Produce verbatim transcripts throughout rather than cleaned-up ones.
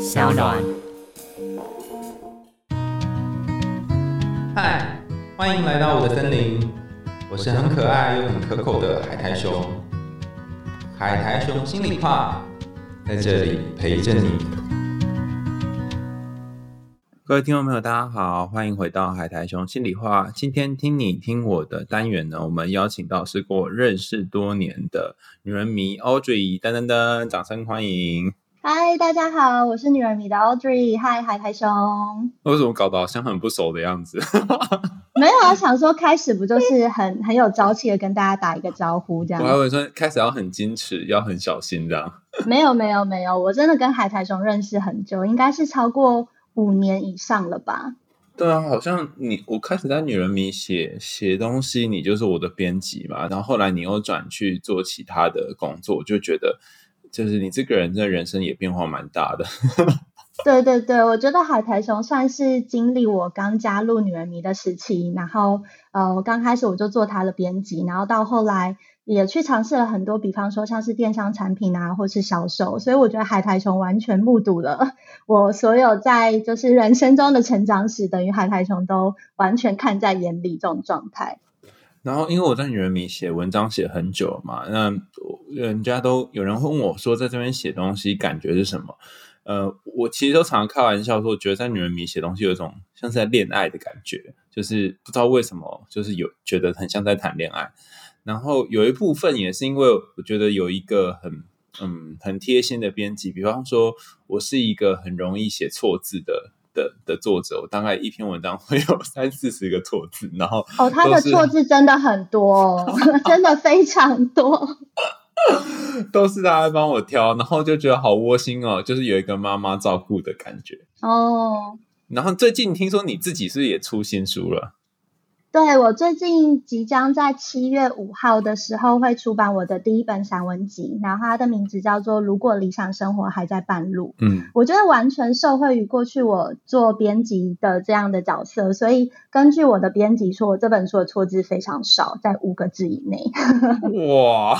小暖。 嗨，欢迎来到我的森林，我是很可爱又很可口的海苔熊。海苔熊心里话，在这里陪着你。各位听众朋友大家好，欢迎回到海苔熊心里话。今天听你听我的单元呢，我们邀请到是跟我认识多年的女人迷 Audrey， 噔噔噔，掌声欢迎。 嗨，大家好，我是女人迷的 Audrey。嗨，海苔熊。 为什么搞得好像很不熟的样子？ 没有啊，想说开始不就是很很有朝气的跟大家打一个招呼这样。 我还以为说开始要很矜持，要很小心这样。 没有没有没有，我真的跟海苔熊认识很久，应该是超过五年以上了吧。 对啊，好像你我开始在女人迷写写东西，你就是我的编辑嘛，然后后来你又转去做其他的工作，我就觉得就是你这个人的人生也变化蛮大的。 对对对，我觉得海苔熊算是经历我刚加入女人迷的时期，然后呃，我刚开始我就做他的编辑，然后到后来也去尝试了很多，比方说像是电商产品啊，或是销售，所以我觉得海苔熊完全目睹了我所有在就是人生中的成长史，等于海苔熊都完全看在眼里这种状态。 然后因为我在女人迷写文章写很久嘛，那人家都有人问我说在这边写东西感觉是什么。呃，我其实都常常开玩笑说，我觉得在女人迷写东西有一种像是在恋爱的感觉，就是不知道为什么，就是有觉得很像在谈恋爱。然后有一部分也是因为我觉得有一个很嗯很贴心的编辑，比方说我是一个很容易写错字的的的作者，我大概一篇文章会有三四十个错字，然后哦，他的错字真的很多哦，真的非常多。 都是他在帮我挑，然后就觉得好窝心哦，就是有一个妈妈照顾的感觉哦。 然后最近听说你自己是不是也出新书了？ 对，我最近即将在七月五号的时候会出版我的第一本散文集，然后它的名字叫做《如果理想生活还在半路》。嗯，我觉得完全受惠于过去我做编辑的这样的角色，所以根据我的编辑说，我这本书的错字非常少，在五个字以内。 哇！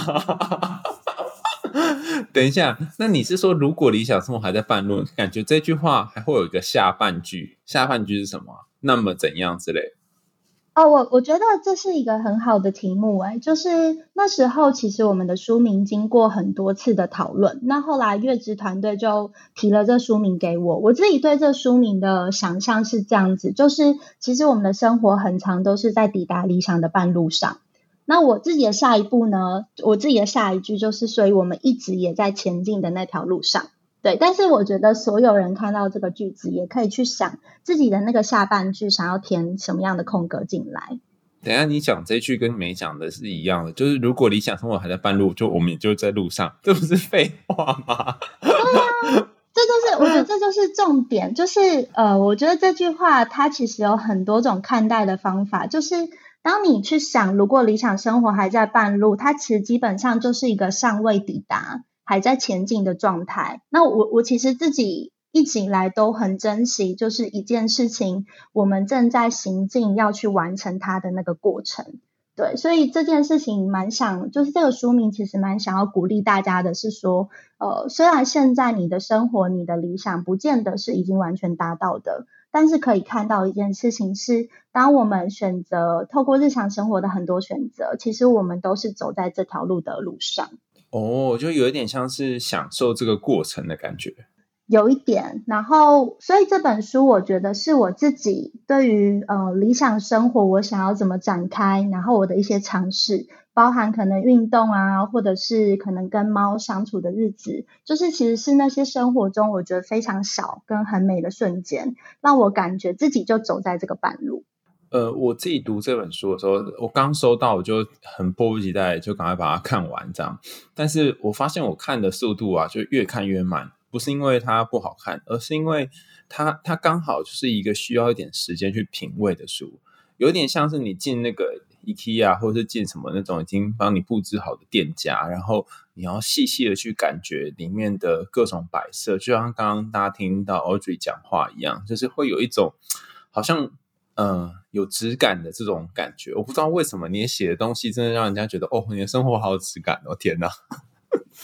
等一下，那你是说如果理想生活还在半路，感觉这句话还会有一个下半句，下半句是什么？那么怎样之类？ 哦，我我觉得这是一个很好的题目诶，就是那时候其实我们的书名经过很多次的讨论，那后来阅读团队就提了这书名给我，我自己对这书名的想象是这样子，就是其实我们的生活很常都是在抵达理想的半路上，那我自己的下一步呢，我自己的下一句就是所以我们一直也在前进的那条路上。对，但是我觉得所有人看到这个句子也可以去想自己的那个下半句想要填什么样的空格进来。 等一下你讲这句跟没讲的是一样的，就是如果理想生活还在半路，就我们也就在路上，这不是废话吗？ 对啊，这就是我觉得这就是重点，就是呃，我觉得这句话它其实有很多种看待的方法，就是当你去想如果理想生活还在半路，它其实基本上就是一个尚未抵达还在前进的状态。那我我其实自己一直以来都很珍惜，就是一件事情我们正在行进要去完成它的那个过程。对，所以这件事情蛮想，就是这个书名其实蛮想要鼓励大家的是说，呃，虽然现在你的生活、你的理想不见得是已经完全达到的，但是可以看到一件事情是，当我们选择透过日常生活的很多选择，其实我们都是走在这条路的路上。 哦，就有一点像是享受这个过程的感觉。 有一点，然后所以这本书我觉得是我自己对于呃理想生活我想要怎么展开，然后我的一些尝试，包含可能运动啊，或者是可能跟猫相处的日子，就是其实是那些生活中我觉得非常小跟很美的瞬间，让我感觉自己就走在这个半路。 呃，我自己读这本书的时候，我刚收到我就很迫不及待就赶快把它看完这样，但是我发现我看的速度啊就越看越慢，不是因为它不好看，而是因为它它刚好就是一个需要一点时间去品味的书，有点像是你进那个 IKEA 或者是进什么那种已经帮你布置好的店家，然后你要细细的去感觉里面的各种摆设，就像刚刚大家听到 Audrey 讲话一样，就是会有一种好像呃有质感的这种感觉。我不知道为什么你写的东西真的让人家觉得哦，你的生活好有质感哦，天哪。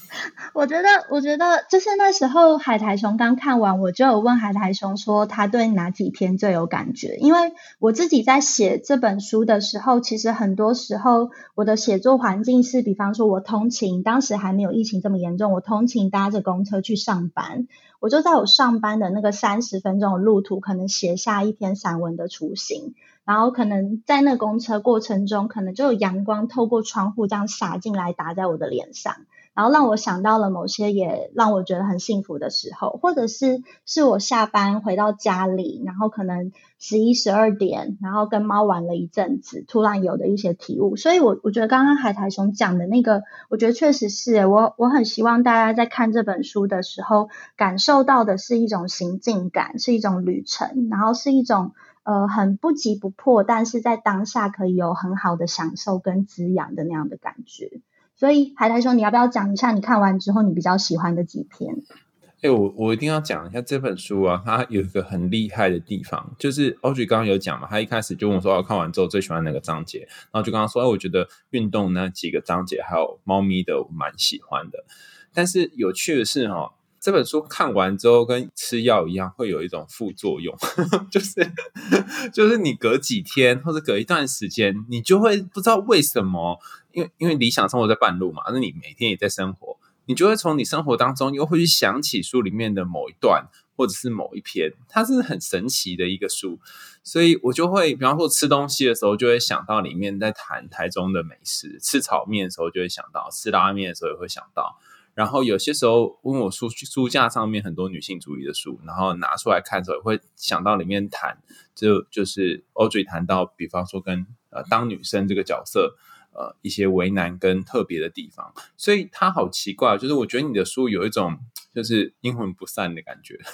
我觉得，我觉得就是那时候海苔熊刚看完，我就有问海苔熊说他对哪几篇最有感觉。因为我自己在写这本书的时候，其实很多时候我的写作环境是，比方说我通勤，当时还没有疫情这么严重，我通勤搭着公车去上班，我就在我上班的那个三十分钟的路途，可能写下一篇散文的雏形。然后可能在那公车过程中，可能就有阳光透过窗户这样洒进来，打在我的脸上。然后让我想到了某些也让我觉得很幸福的时候，或者是是我下班回到家里，然后可能十一十二点，然后跟猫玩了一阵子，突然有的一些体悟。所以我我觉得刚刚海苔熊讲的那个，我觉得确实是我我很希望大家在看这本书的时候，感受到的是一种行进感，是一种旅程，然后是一种呃很不急不迫，但是在当下可以有很好的享受跟滋养的那样的感觉。所以海苔兄，你要不要讲一下你看完之后你比较喜欢的几篇？ 哎、欸，我我一定要讲一下这本书啊，它有一个很厉害的地方，就是 Audrey 刚刚有讲嘛，他一开始就问我说，我、啊、看完之后最喜欢哪个章节，然后就刚刚说，哎、欸，我觉得运动那几个章节还有猫咪的我蛮喜欢的。但是有趣的是哈，这本书看完之后跟吃药一样，会有一种副作用，就是就是你隔几天或者隔一段时间，你就会不知道为什么。因为因为理想生活在半路嘛，那你每天也在生活，你就会从你生活当中又会去想起书里面的某一段或者是某一篇，它是很神奇的一个书。所以我就会比方说吃东西的时候就会想到里面在谈台中的美食，吃炒面的时候就会想到，吃拉面的时候也会想到，然后有些时候问我书书架上面很多女性主义的书，然后拿出来看的时候也会想到里面谈，就就是 Audrey 谈到比方说跟呃当女生这个角色呃，一些为难跟特别的地方，所以它好奇怪，就是我觉得你的书有一种就是阴魂不散的感觉。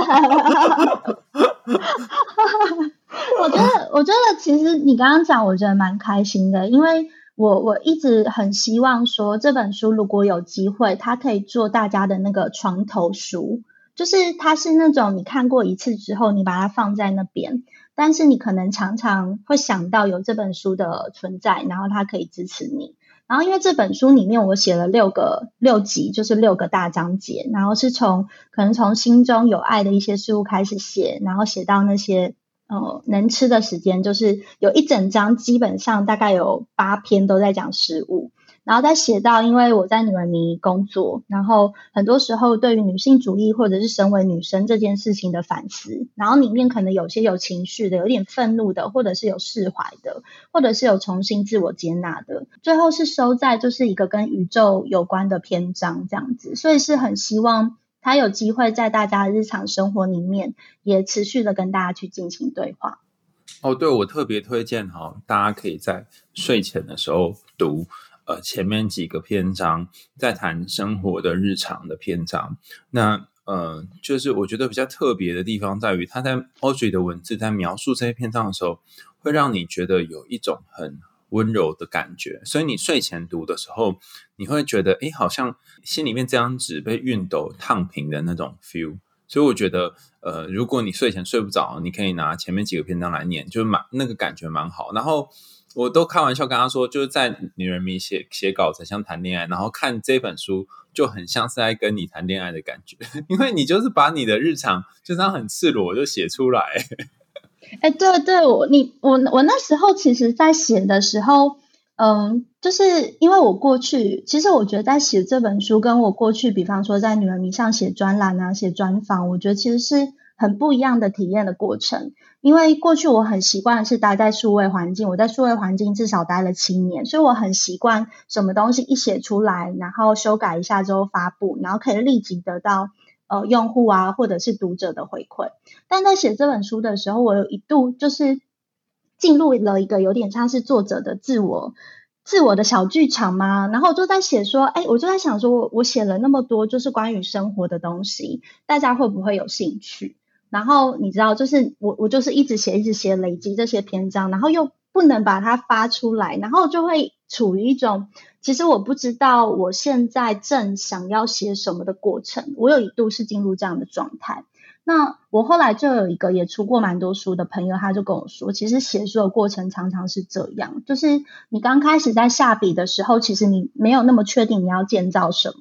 我觉得，我觉得其实你刚刚讲，我觉得蛮开心的，因为我我一直很希望说这本书如果有机会，它可以做大家的那个床头书，就是它是那种你看过一次之后，你把它放在那边。但是你可能常常会想到有这本书的存在，然后它可以支持你。然后因为这本书里面我写了六个六集，就是六个大章节，然后是从可能从心中有爱的一些事物开始写，然后写到那些呃能吃的时间，就是有一整章基本上大概有八篇都在讲食物。然后再写到因为我在女人迷工作，然后很多时候对于女性主义或者是身为女生这件事情的反思，然后里面可能有些有情绪的，有点愤怒的，或者是有释怀的，或者是有重新自我接纳的，最后是收在就是一个跟宇宙有关的篇章这样子。所以是很希望它有机会在大家的日常生活里面也持续的跟大家去进行对话。 哦，对，我特别推荐哈，大家可以在睡前的时候读呃，前面几个篇章在谈生活的日常的篇章。那呃，就是我觉得比较特别的地方在于，他在 Audrey 的文字在描述这些篇章的时候，会让你觉得有一种很温柔的感觉。所以你睡前读的时候，你会觉得，诶，好像心里面这张纸被熨斗烫平的那种 feel。所以我觉得，呃，如果你睡前睡不着，你可以拿前面几个篇章来念，就是蛮那个感觉蛮好。然后我都开玩笑跟他说，就是在女人迷写写稿子像谈恋爱，然后看这本书就很像是在跟你谈恋爱的感觉，因为你就是把你的日常就这样很赤裸就写出来。 哎，对对，我你我我那时候其实在写的时候，嗯，就是因为我过去，其实我觉得在写这本书，跟我过去，比方说在女人迷上写专栏啊、写专访，我觉得其实是很不一样的体验的过程。因为过去我很习惯是待在数位环境，我在数位环境至少待了七年，所以我很习惯什么东西一写出来，然后修改一下之后发布，然后可以立即得到呃用户啊或者是读者的回馈。但在写这本书的时候，我有一度就是进入了一个有点像是作者的自我自我的小剧场嘛，然后我就在写说，哎，我就在想说我我写了那么多就是关于生活的东西，大家会不会有兴趣？然后你知道，就是我我就是一直写一直写，累积这些篇章，然后又不能把它发出来，然后就会处于一种其实我不知道我现在正想要写什么的过程。我有一度是进入这样的状态。那我后来就有一个也出过蛮多书的朋友，他就跟我说，其实写书的过程常常是这样，就是你刚开始在下笔的时候，其实你没有那么确定你要建造什么，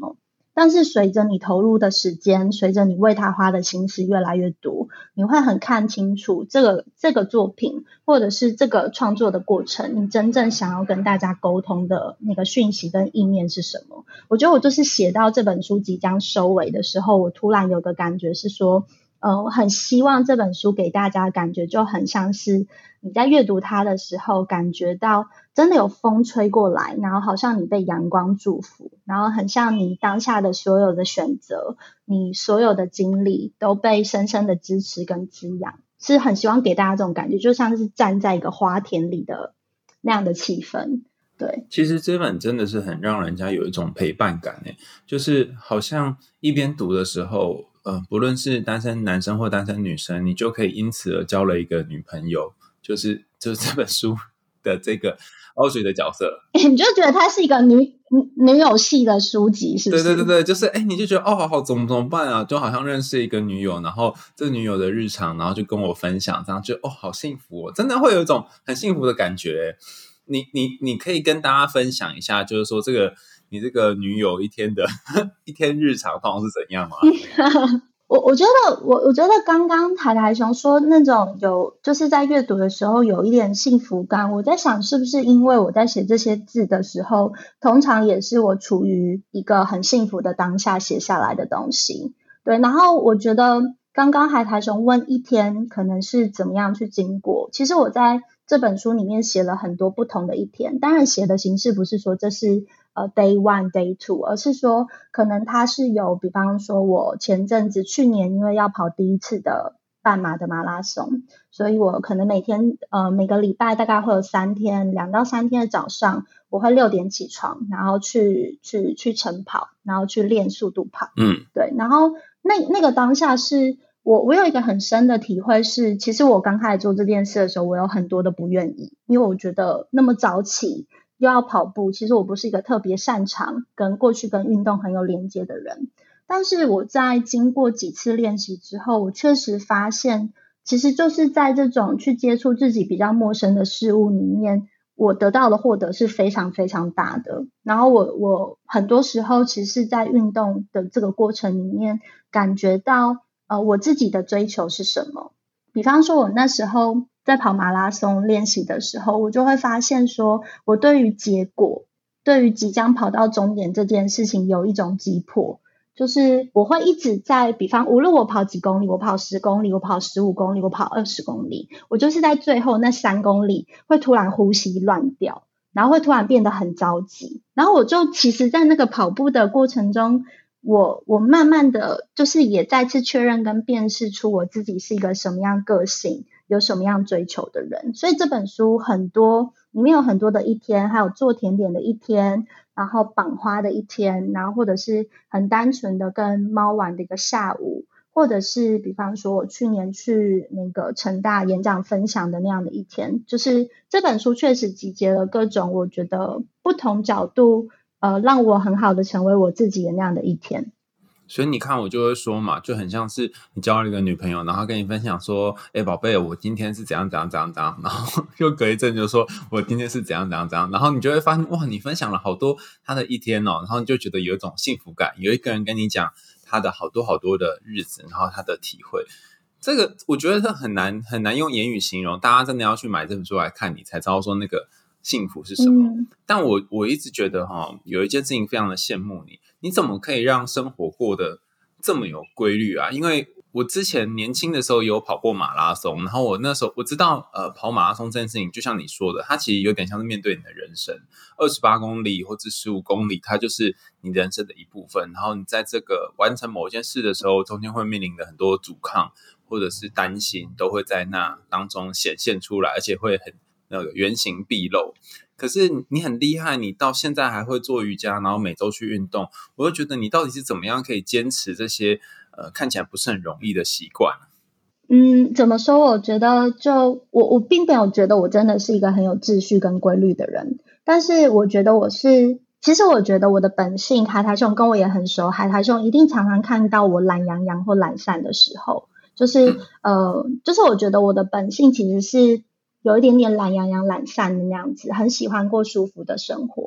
但是随着你投入的时间，随着你为它花的心思越来越多，你会很看清楚这个这个作品或者是这个创作的过程，你真正想要跟大家沟通的那个讯息跟意念是什么。我觉得我就是写到这本书即将收尾的时候，我突然有个感觉是说呃，我很希望这本书给大家的感觉就很像是你在阅读它的时候感觉到真的有风吹过来，然后好像你被阳光祝福，然后很像你当下的所有的选择，你所有的经历都被深深的支持跟滋养，是很希望给大家这种感觉，就像是站在一个花田里的那样的气氛。对， 其实这本真的是很让人家有一种陪伴感耶，就是好像一边读的时候呃，不论是单身男生或单身女生，你就可以因此而交了一个女朋友，就是就是这本书的这个Audrey的角色， 你就觉得它是一个女女友系的书籍，是不是？ 对对对对，就是哎，你就觉得哦，好好，怎么怎么办啊？就好像认识一个女友，然后这女友的日常，然后就跟我分享，这样就哦，好幸福哦，真的会有一种很幸福的感觉。你你你可以跟大家分享一下，就是说这个你这个女友一天的一天日常通常是怎样吗？ 我我觉得我我觉得刚刚台台熊说那种有就是在阅读的时候有一点幸福感，我在想是不是因为我在写这些字的时候，通常也是我处于一个很幸福的当下写下来的东西。对，然后我觉得刚刚台台熊问一天可能是怎么样去经过，其实我在这本书里面写了很多不同的一天，当然写的形式不是说这是呃 day one day two， 而是说可能它是有比方说我前阵子去年因为要跑第一次的半马的马拉松，所以我可能每天呃每个礼拜大概会有三天两到三天的早上我会六点起床，然后去去去晨跑，然后去练速度跑。 嗯， 对，然后那那个当下是我我有一个很深的体会是，其实我刚开始做这件事的时候，我有很多的不愿意，因为我觉得那么早起又要跑步，其实我不是一个特别擅长跟过去跟运动很有连接的人。但是我在经过几次练习之后，我确实发现，其实就是在这种去接触自己比较陌生的事物里面，我得到的获得是非常非常大的。然后我我很多时候其实在运动的这个过程里面感觉到呃我自己的追求是什么。比方说我那时候在跑马拉松练习的时候，我就会发现说我对于结果，对于即将跑到终点这件事情有一种急迫。就是我会一直在比方无论我跑几公里，我跑十公里，我跑十五公里，我跑二十公里，我就是在最后那三公里会突然呼吸乱掉，然后会突然变得很着急，然后我就其实在那个跑步的过程中，我我慢慢的就是也再次确认跟辨识出我自己是一个什么样个性，有什么样追求的人。所以这本书很多里面有很多的一天，还有做甜点的一天，然后绑花的一天，然后或者是很单纯的跟猫玩的一个下午，或者是比方说我去年去那个成大演讲分享的那样的一天。就是这本书确实集结了各种我觉得不同角度呃，让我很好的成为我自己的那样的一天。 所以你看我就会说嘛，就很像是你交了一个女朋友，然后跟你分享说，哎，宝贝，我今天是怎样怎样怎样怎样，然后又隔一阵就说我今天是怎样怎样怎样，然后你就会发现哇，你分享了好多他的一天哦，然后你就觉得有一种幸福感，有一个人跟你讲他的好多好多的日子，然后他的体会，这个我觉得很难很难用言语形容，大家真的要去买这本书来看，你才知道说那个幸福是什么。嗯、但我我一直觉得哈，有一件事情非常的羡慕你，你怎么可以让生活过得这么有规律啊？因为我之前年轻的时候也有跑过马拉松，然后我那时候我知道呃，跑马拉松这件事情就像你说的，它其实有点像是面对你的人生，二十八公里或者十五公里它就是你人生的一部分，然后你在这个完成某一件事的时候，中间会面临的很多阻抗或者是担心都会在那当中显现出来，而且会很那个原形毕露。可是你很厉害，你到现在还会做瑜伽，然后每周去运动，我就觉得你到底是怎么样可以坚持这些呃看起来不是很容易的习惯？ 嗯，怎么说？我觉得就我我并没有觉得我真的是一个很有秩序跟规律的人，但是我觉得我是，其实我觉得我的本性，海苔熊跟我也很熟，海苔熊一定常常看到我懒洋洋或懒散的时候，就是呃，就是我觉得我的本性其实是有一点点懒洋洋懒散的那样子，很喜欢过舒服的生活。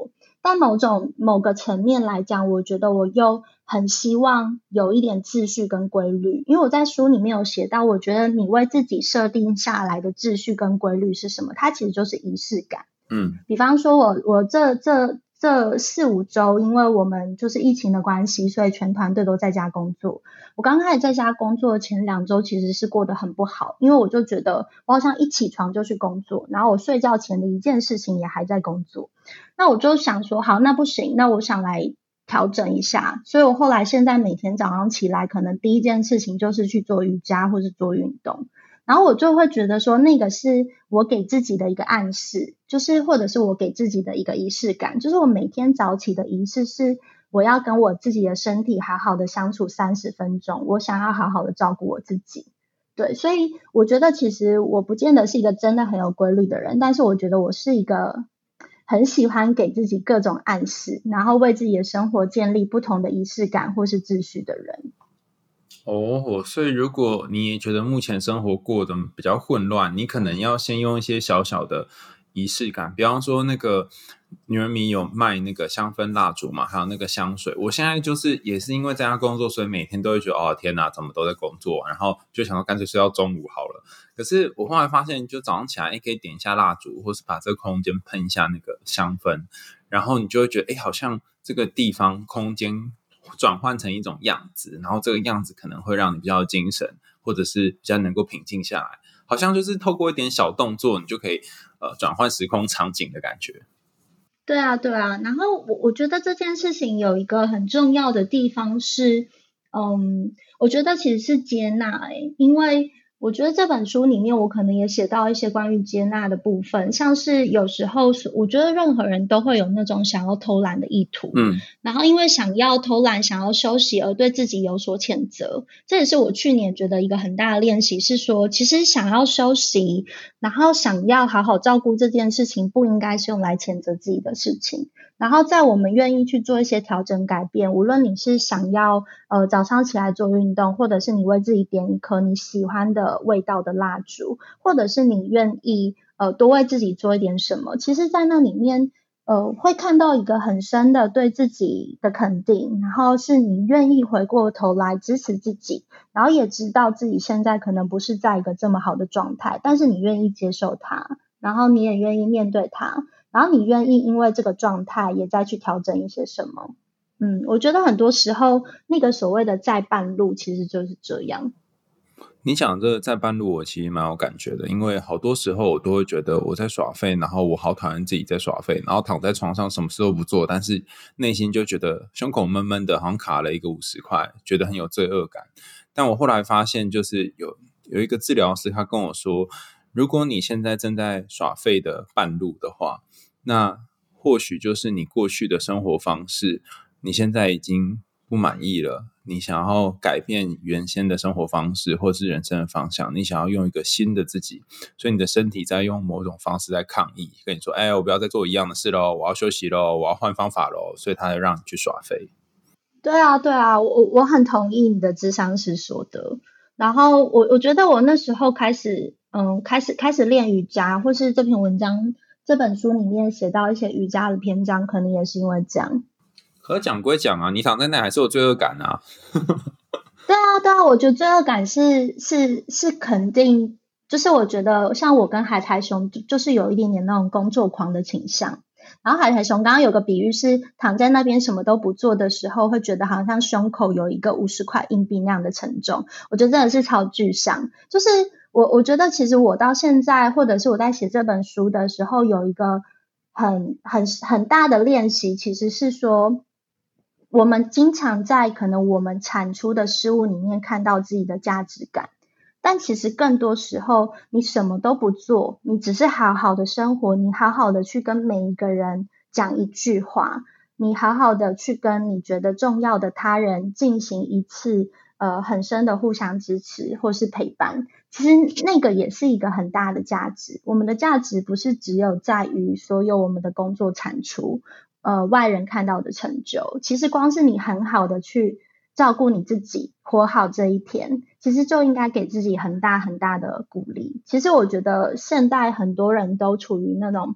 但某种某个层面来讲，我觉得我又很希望有一点秩序跟规律，因为我在书里面有写到，我觉得你为自己设定下来的秩序跟规律是什么，它其实就是仪式感。 嗯， 比方说我我这这这四五周，因为我们就是疫情的关系，所以全团队都在家工作。我刚开始在家工作前两周其实是过得很不好，因为我就觉得我好像一起床就去工作，然后我睡觉前的一件事情也还在工作。那我就想说，好，那不行，那我想来调整一下。所以我后来现在每天早上起来，可能第一件事情就是去做瑜伽或是做运动。然后我就会觉得说，那个是我给自己的一个暗示，就是或者是我给自己的一个仪式感，就是我每天早起的仪式是我要跟我自己的身体好好的相处三十分钟，我想要好好的照顾我自己。对，所以我觉得其实我不见得是一个真的很有规律的人，但是我觉得我是一个很喜欢给自己各种暗示，然后为自己的生活建立不同的仪式感或是秩序的人。 哦，所以如果你也觉得目前生活过得比较混乱，你可能要先用一些小小的仪式感，比方说那个女人迷有卖那个香氛蜡烛嘛，还有那个香水。我现在就是也是因为在家工作，所以每天都会觉得哦天哪，怎么都在工作，然后就想说干脆睡到中午好了。可是我后来发现，就早上起来，哎，可以点一下蜡烛，或是把这个空间喷一下那个香氛，然后你就会觉得，哎，好像这个地方空间转换成一种样子，然后这个样子可能会让你比较有精神，或者是比较能够平静下来，好像就是透过一点小动作，你就可以呃转换时空场景的感觉。 对啊，对啊。然后我我觉得这件事情有一个很重要的地方是，嗯，我觉得其实是接纳，欸，因为我觉得这本书里面我可能也写到一些关于接纳的部分，像是有时候我觉得任何人都会有那种想要偷懒的意图， 嗯， 然后因为想要偷懒想要休息而对自己有所谴责，这也是我去年觉得一个很大的练习，是说其实想要休息然后想要好好照顾这件事情不应该是用来谴责自己的事情，然后在我们愿意去做一些调整改变，无论你是想要呃早上起来做运动，或者是你为自己点一颗你喜欢的味道的蜡烛，或者是你愿意呃多为自己做一点什么，其实在那里面呃会看到一个很深的对自己的肯定，然后是你愿意回过头来支持自己，然后也知道自己现在可能不是在一个这么好的状态，但是你愿意接受它，然后你也愿意面对它，然后你愿意因为这个状态也再去调整一些什么。嗯，我觉得很多时候那个所谓的在半路其实就是这样。 你讲这个在半路我其实蛮有感觉的，因为好多时候我都会觉得我在耍废，然后我好讨厌自己在耍废，然后躺在床上什么事都不做，但是内心就觉得胸口闷闷的，好像卡了一个五十块，觉得很有罪恶感。但我后来发现，就是有有一个治疗师他跟我说，如果你现在正在耍废的半路的话，那或许就是你过去的生活方式你现在已经不满意了，你想要改变原先的生活方式或是人生的方向，你想要用一个新的自己，所以你的身体在用某种方式在抗议，跟你说哎，我不要再做一样的事咯，我要休息咯，我要换方法咯，所以他才让你去耍废。 对啊，对啊，我我很同意你的咨商师说的。然后我我觉得我那时候开始，嗯，开始开始练瑜伽，或是这篇文章这本书里面写到一些瑜伽的篇章，可能也是因为这样。 可讲归讲啊，你躺在那还是有罪恶感啊。 对啊，对啊，我觉得罪恶感是是是肯定，就是我觉得像我跟海苔熊就是有一点点那种工作狂的倾向。然后海苔熊刚刚有个比喻是躺在那边什么都不做的时候，会觉得好像胸口有一个五十块硬币那样的沉重。我觉得真的是超具象。就是我我觉得其实我到现在，或者是我在写这本书的时候，有一个很很很大的练习，其实是说，我们经常在可能我们产出的事物里面看到自己的价值感。但其实更多时候你什么都不做，你只是好好的生活，你好好的去跟每一个人讲一句话，你好好的去跟你觉得重要的他人进行一次呃很深的互相支持或是陪伴，其实那个也是一个很大的价值。我们的价值不是只有在于所有我们的工作产出呃外人看到的成就，其实光是你很好的去照顾你自己，活好这一天，其实就应该给自己很大很大的鼓励。其实我觉得现代很多人都处于那种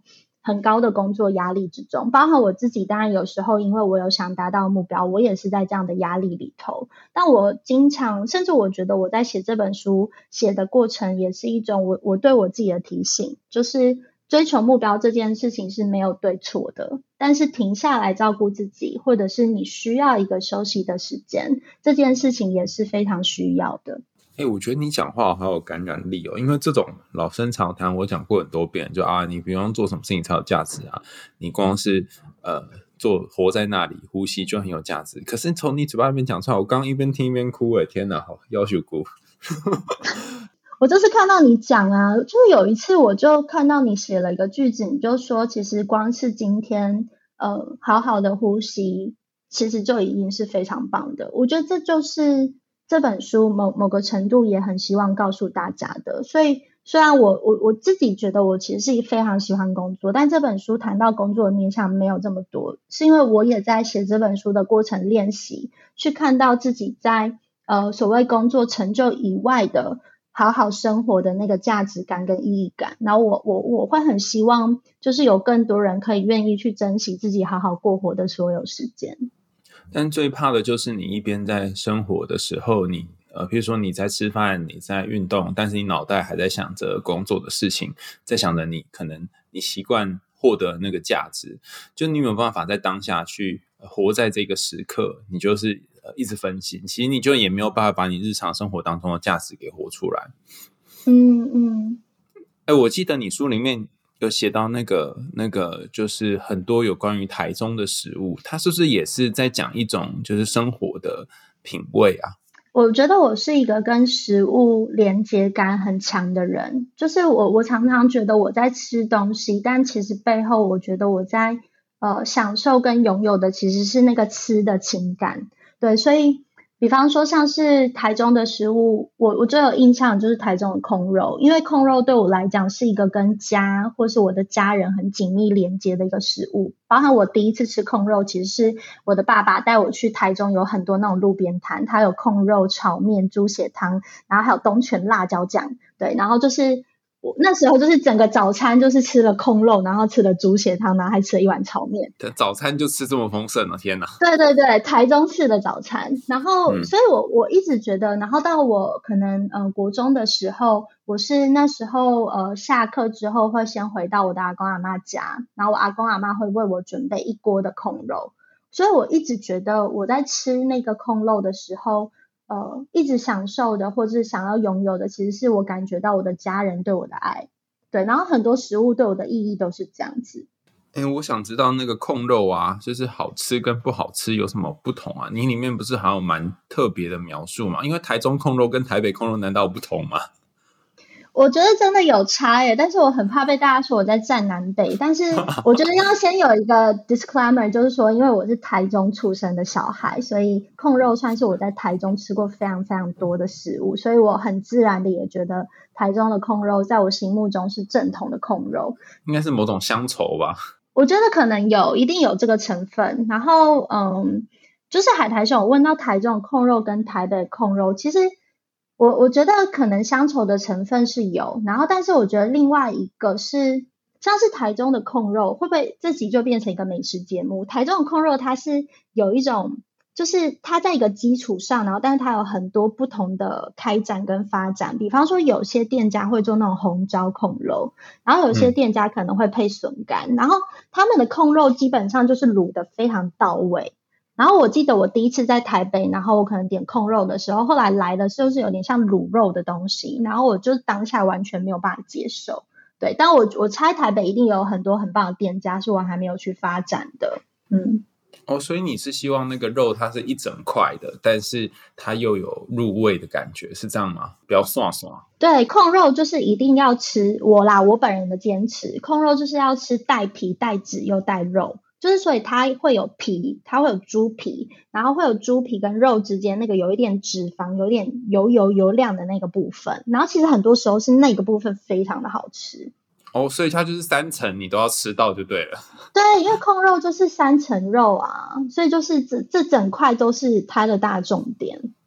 很高的工作压力之中，包含我自己，当然有时候因为我有想达到目标，我也是在这样的压力里头。但我经常，甚至我觉得我在写这本书写的过程也是一种我我对我自己的提醒，就是追求目标这件事情是没有对错的，但是停下来照顾自己，或者是你需要一个休息的时间，这件事情也是非常需要的。 欸，我觉得你讲话好有感染力哦，因为这种老生常谈我讲过很多遍，就啊你不用做什么事情才有价值啊，你光是呃做活在那里呼吸就很有价值，可是从你嘴巴里面讲出来，我刚一边听一边哭，欸，天哪，好要求哭我就是看到你讲啊，就是有一次我就看到你写了一个句子，你就说其实光是今天呃好好的呼吸其实就已经是非常棒的。我觉得这就是这本书某某个程度也很希望告诉大家的。所以虽然我我我自己觉得我其实是非常喜欢工作，但这本书谈到工作的面向没有这么多，是因为我也在写这本书的过程练习去看到自己在呃所谓工作成就以外的好好生活的那个价值感跟意义感，然后我我我会很希望就是有更多人可以愿意去珍惜自己好好过活的所有时间。 但最怕的就是你一边在生活的时候，你呃，比如说你在吃饭，你在运动，但是你脑袋还在想着工作的事情，在想着你可能你习惯获得那个价值，就你没有办法在当下去活在这个时刻，你就是呃一直分心，其实你就也没有办法把你日常生活当中的价值给活出来。 嗯嗯， 哎，我记得你书里面有写到那个那个就是很多有关于台中的食物，它是不是也是在讲一种就是生活的品味啊？ 我觉得我是一个跟食物连结感很强的人，就是我我常常觉得我在吃东西，但其实背后我觉得我在呃享受跟拥有的其实是那个吃的情感。对，所以比方说像是台中的食物，我我最有印象就是台中的控肉，因为控肉对我来讲是一个跟家或是我的家人很紧密连接的一个食物。包含我第一次吃控肉其实是我的爸爸带我去台中，有很多那种路边摊，它有控肉炒面、猪血汤，然后还有东泉辣椒酱。对，然后就是我那时候就是整个早餐就是吃了控肉，然后吃了猪血汤，然后还吃了一碗炒面。 早餐就吃这么丰盛了，天哪！ 对对对，台中式的早餐。然后， 嗯、 所以我我一直觉得，然后到我可能呃国中的时候，我是那时候呃下课之后会先回到我的阿公阿嬷家，然后我阿公阿嬷会为我准备一锅的控肉，所以我一直觉得我在吃那个控肉的时候。呃，一直享受的或是想要拥有的，其实是我感觉到我的家人对我的爱。对，然后很多食物对我的意义都是这样子。 欸，我想知道那个控肉啊，就是好吃跟不好吃有什么不同啊？你里面不是还有蛮特别的描述吗？因为台中控肉跟台北控肉难道有不同吗？ 我觉得真的有差耶，但是我很怕被大家说我在站南北，但是我觉得要先有一个 disclaimer， 就是说因为我是台中出生的小孩，所以控肉算是我在台中吃过非常非常多的食物，所以我很自然的也觉得台中的控肉在我心目中是正统的控肉。 应该是某种乡愁吧？ 我觉得可能有，一定有这个成分。然后嗯，就是海苔熊我问到台中的控肉跟台北控肉，其实我我觉得可能乡愁的成分是有，然后但是我觉得另外一个是像是台中的控肉，会不会这集就变成一个美食节目？台中的控肉它是有一种就是它在一个基础上，然后但是它有很多不同的开展跟发展。比方说有些店家会做那种红椒控肉，然后有些店家可能会配笋干、嗯、然后他们的控肉基本上就是卤得非常到位。然后我记得我第一次在台北，然后我可能点控肉的时候，后来来的时候是有点像卤肉的东西，然后我就当下完全没有办法接受。对，但我我猜台北一定有很多很棒的店家是我还没有去发展的。嗯， 哦，所以你是希望那个肉它是一整块的，但是它又有入味的感觉，是这样吗？不要涮涮。 对，控肉就是一定要吃，我啦，我本人的坚持，控肉就是要吃带皮、带籽又带肉。就是所以它会有皮，它会有猪皮，然后会有猪皮跟肉之间那个有一点脂肪，有点油油油亮的那个部分，然后其实很多时候是那个部分非常的好吃。 哦，所以它就是三层你都要吃到就对了。 对，因为控肉就是三层肉啊，所以就是这这整块都是它的大重点。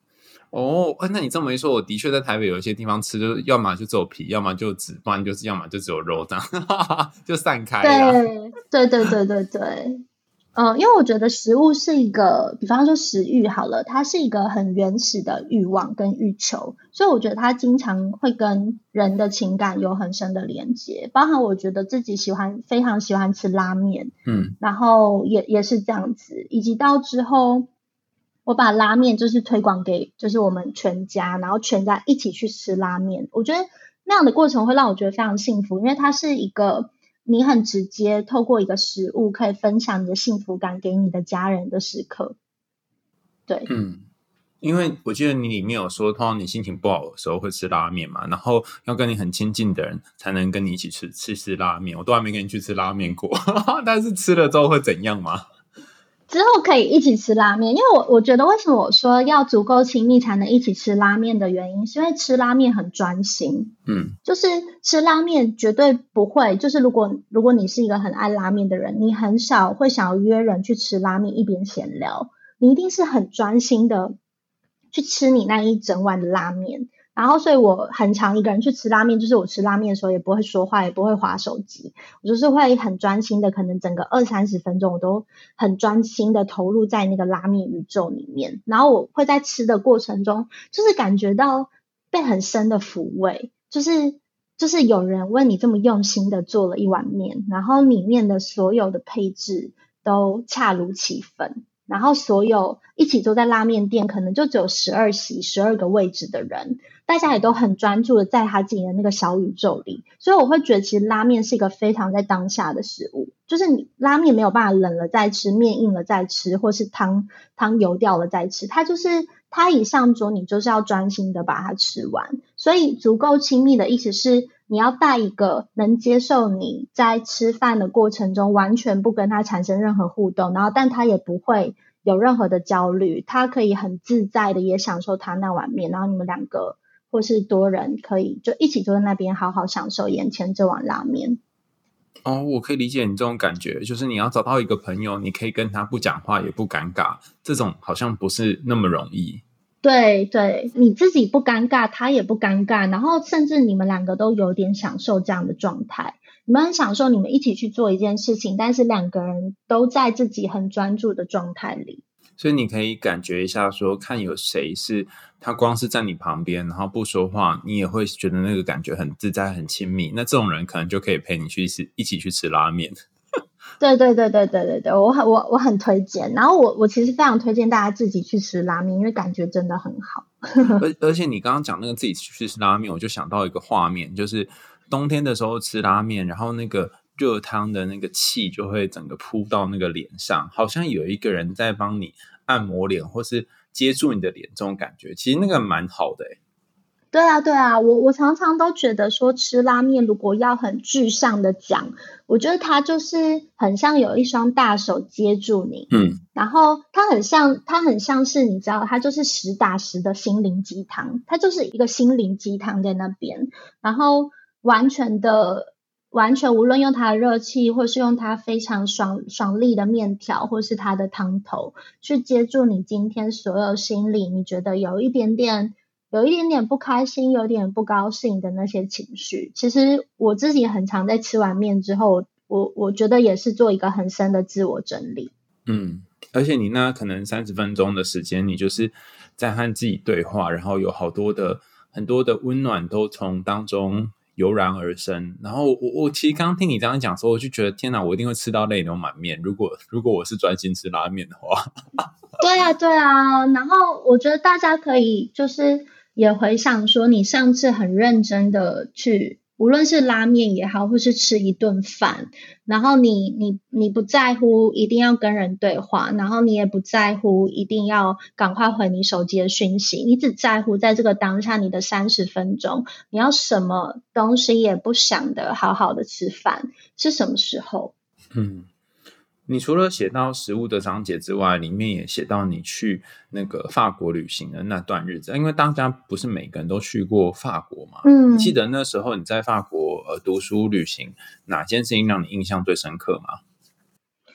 哦，那你这么一说，我的确在台北有一些地方吃，就是要么就只有皮，要么就只，不然就是要么就只有肉这样，就散开了。 对对对对对对。呃，因为我觉得食物是一个，比方说食欲好了，它是一个很原始的欲望跟欲求，所以我觉得它经常会跟人的情感有很深的连接，包含我觉得自己喜欢非常喜欢吃拉面， 嗯， 然后也也是这样子，以及到之后我把拉面就是推广给就是我们全家，然后全家一起去吃拉面，我觉得那样的过程会让我觉得非常幸福，因为它是一个你很直接透过一个食物可以分享你的幸福感给你的家人的时刻。对， 嗯，因为我记得你里面有说，通常你心情不好的时候会吃拉面嘛，然后要跟你很亲近的人才能跟你一起吃吃吃拉面。我都还没跟你去吃拉面过，但是吃了之后会怎样吗？ 之后可以一起吃拉面，因为我我觉得为什么我说要足够亲密才能一起吃拉面的原因，是因为吃拉面很专心。 嗯， 就是吃拉面绝对不会，就是如果如果你是一个很爱拉面的人，你很少会想要约人去吃拉面一边闲聊，你一定是很专心的去吃你那一整碗的拉面。然后所以我很常一个人去吃拉面，就是我吃拉面的时候也不会说话，也不会滑手机，我就是会很专心的，可能整个二三十分钟我都很专心的投入在那个拉面宇宙里面，然后我会在吃的过程中就是感觉到被很深的抚慰，就是就是有人为你这么用心的做了一碗面，然后里面的所有的配置都恰如其分，然后所有一起坐在拉面店可能就只有十二席十二个位置的人，大家也都很专注的在他自己的那个小宇宙里，所以我会觉得其实拉面是一个非常在当下的食物，就是你拉面没有办法冷了再吃，面硬了再吃，或是汤汤油掉了再吃，它就是它一上桌你就是要专心的把它吃完，所以足够亲密的意思是你要带一个能接受你在吃饭的过程中完全不跟他产生任何互动，然后但他也不会有任何的焦虑，他可以很自在的也享受他那碗面，然后你们两个或是多人可以就一起坐在那边好好享受眼前这碗拉面。 哦，我可以理解你这种感觉，就是你要找到一个朋友，你可以跟他不讲话也不尴尬，这种好像不是那么容易。 对对，你自己不尴尬，他也不尴尬，然后甚至你们两个都有点享受这样的状态，你们很享受你们一起去做一件事情，但是两个人都在自己很专注的状态里。 所以你可以感觉一下说，看有谁是他光是在你旁边然后不说话，你也会觉得那个感觉很自在很亲密，那这种人可能就可以陪你去吃一起去吃拉面。 对对对对对对对，我很我我很推荐，然后我我其实非常推荐大家自己去吃拉面，因为感觉真的很好。 而而且你刚刚讲那个自己去吃拉面，我就想到一个画面，就是冬天的时候吃拉面，然后那个热汤的那个气就会整个扑到那个脸上，好像有一个人在帮你按摩脸或是接住你的脸，这种感觉其实那个蛮好的欸。 对啊，对啊，我我常常都觉得说吃拉面，如果要很具象的讲，我觉得它就是很像有一双大手接住你， 嗯， 然后它很像，它很像是你知道，它就是实打实的心灵鸡汤，它就是一个心灵鸡汤在那边，然后完全的。完全无论用它的热气，或是用它非常爽爽利的面条，或是它的汤头，去接住你今天所有心里你觉得有一点点。有一点点不开心，有点不高兴的那些情绪，其实我自己很常在吃完面之后，我我觉得也是做一个很深的自我整理。 嗯，而且你那可能三十分钟的时间，你就是在和自己对话，然后有好多的很多的温暖都从当中油然而生。然后我我其实刚刚听你这样讲说，我就觉得天哪，我一定会吃到泪流满面。如果如果我是专心吃拉面的话， 对啊，对啊。然后我觉得大家可以就是也回想说，你上次很认真的去，无论是拉面也好，或是吃一顿饭，然后你你你不在乎一定要跟人对话，然后你也不在乎一定要赶快回你手机的讯息，你只在乎在这个当下你的三十分钟，你要什么东西也不想的好好的吃饭，是什么时候？ 嗯。你除了写到食物的章节之外，里面也写到你去那个法国旅行的那段日子，因为大家不是每个人都去过法国嘛。 嗯， 你记得那时候你在法国呃读书旅行，哪件事情让你印象最深刻吗？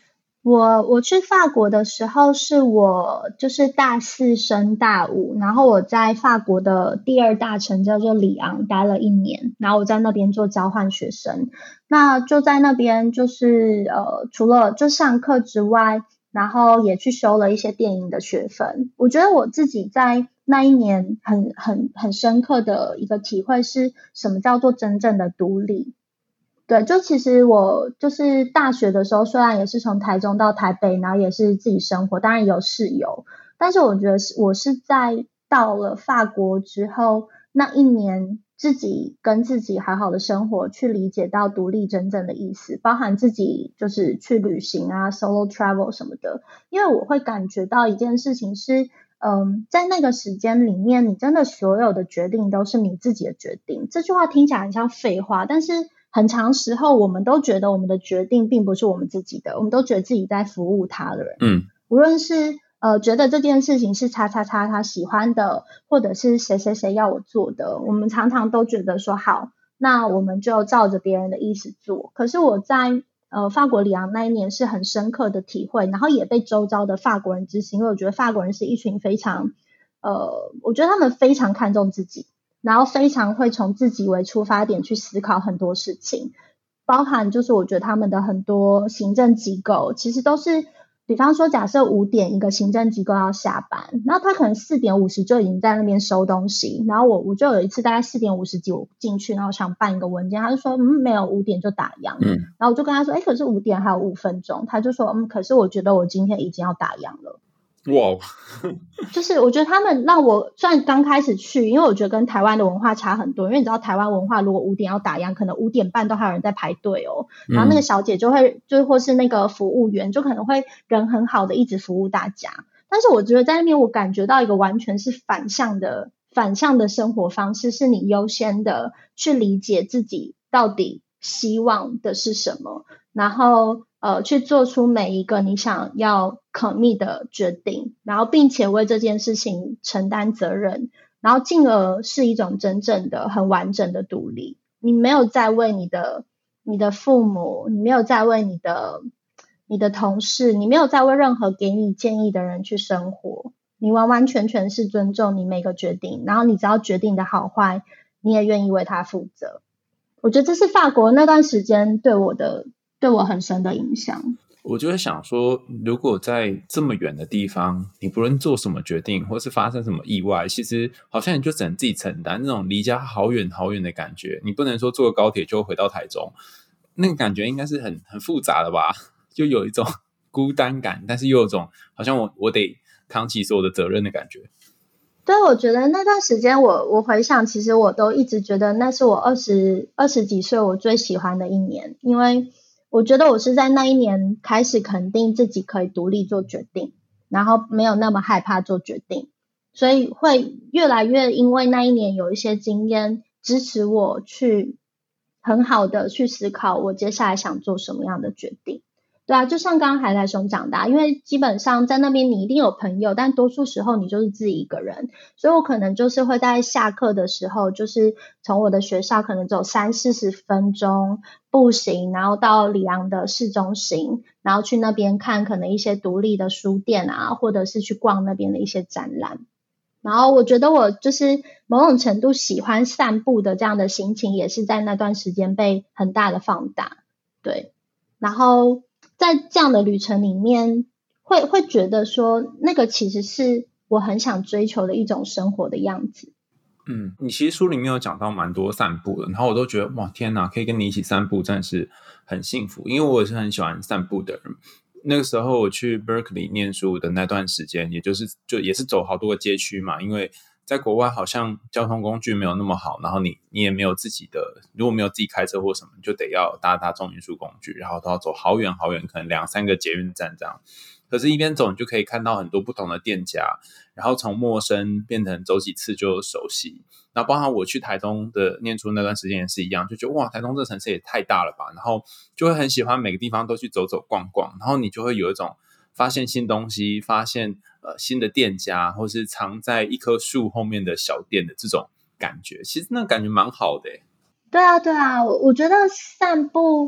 我我去法国的时候是我就是大四升大五，然后我在法国的第二大城叫做里昂待了一年，然后我在那边做交换学生。那就在那边就是呃除了就上课之外，然后也去修了一些电影的学分。我觉得我自己在那一年很很很深刻的一个体会是什么叫做真正的独立。对，就其实我就是大学的时候，虽然也是从台中到台北，然后也是自己生活，当然有室友，但是我觉得是我是在到了法国之后那一年，自己跟自己好好的生活，去理解到独立真正的意思，包含自己就是去旅行啊 ，solo travel 什么的，因为我会感觉到一件事情是。嗯，在那个时间里面，你真的所有的决定都是你自己的决定。这句话听起来很像废话，但是很长时候我们都觉得我们的决定并不是我们自己的，我们都觉得自己在服务他人。 嗯， 无论是呃觉得这件事情是叉叉叉他喜欢的，或者是谁谁谁要我做的，我们常常都觉得说好，那我们就照着别人的意思做。可是我在呃，法国里昂那一年是很深刻的体会，然后也被周遭的法国人支持，因为我觉得法国人是一群非常，呃，我觉得他们非常看重自己，然后非常会从自己为出发点去思考很多事情，包含就是我觉得他们的很多行政机构其实都是。比方说假设五点一个行政机构要下班，然后他可能四点五十就已经在那边收东西，然后我我就有一次大概四点五十几我进去，然后想办一个文件，他就说嗯没有五点就打烊， 嗯， 然后我就跟他说诶可是五点还有五分钟，他就说嗯可是我觉得我今天已经要打烊了。 哇， 就是我觉得他们让我虽然刚开始去，因为我觉得跟台湾的文化差很多，因为你知道台湾文化如果五点要打烊，可能五点半都还有人在排队哦，然后那个小姐就会就或是那个服务员就可能会人很好的一直服务大家，但是我觉得在那边我感觉到一个完全是反向的反向的生活方式，是你优先的去理解自己到底希望的是什么，然后呃去做出每一个你想要commit的决定，然后并且为这件事情承担责任，然后进而是一种真正的很完整的独立。你没有在为你的你的父母，你没有在为你的你的同事，你没有在为任何给你建议的人去生活，你完完全全是尊重你每个决定，然后你只要决定的好坏，你也愿意为他负责。我觉得这是法国那段时间对我的对我很深的影响。 我就会想说，如果在这么远的地方，你不论做什么决定，或是发生什么意外，其实好像你就只能自己承担那种离家好远好远的感觉。你不能说坐高铁就回到台中，那个感觉应该是很很复杂的吧？就有一种孤单感，但是又有一种好像我我得扛起所有的责任的感觉。 对，我觉得那段时间我我回想，其实我都一直觉得那是我二十二十几岁我最喜欢的一年，因为我觉得我是在那一年开始肯定自己可以独立做决定，然后没有那么害怕做决定，所以会越来越因为那一年有一些经验支持我去很好的去思考我接下来想做什么样的决定。对啊，就像刚刚海苔熊讲的啊，因为基本上在那边你一定有朋友，但多数时候你就是自己一个人，所以我可能就是会在下课的时候，就是从我的学校可能走三四十分钟步行，然后到里昂的市中心，然后去那边看可能一些独立的书店啊，或者是去逛那边的一些展览。然后我觉得我就是某种程度喜欢散步的这样的心情，也是在那段时间被很大的放大。对，然后在这样的旅程里面，会会觉得说，那个其实是我很想追求的一种生活的样子。 嗯，你其实书里面有讲到蛮多散步的，然后我都觉得哇天哪，可以跟你一起散步真的是很幸福，因为我也是很喜欢散步的人。那个时候我去 Berkeley 念书的那段时间，也就是就也是走好多个街区嘛，因为在国外好像交通工具没有那么好，然后你你也没有自己的，如果没有自己开车或什么，就得要搭大众运输工具，然后都要走好远好远，可能两三个捷运站这样。可是一边走你就可以看到很多不同的店家，然后从陌生变成走几次就熟悉。然后包含我去台东的念书那段时间也是一样，就觉得哇台东这城市也太大了吧，然后就会很喜欢每个地方都去走走逛逛，然后你就会有一种发现新东西，发现呃新的店家，或是藏在一棵树后面的小店的这种感觉，其实那感觉蛮好的耶。 对啊对啊，我我觉得散步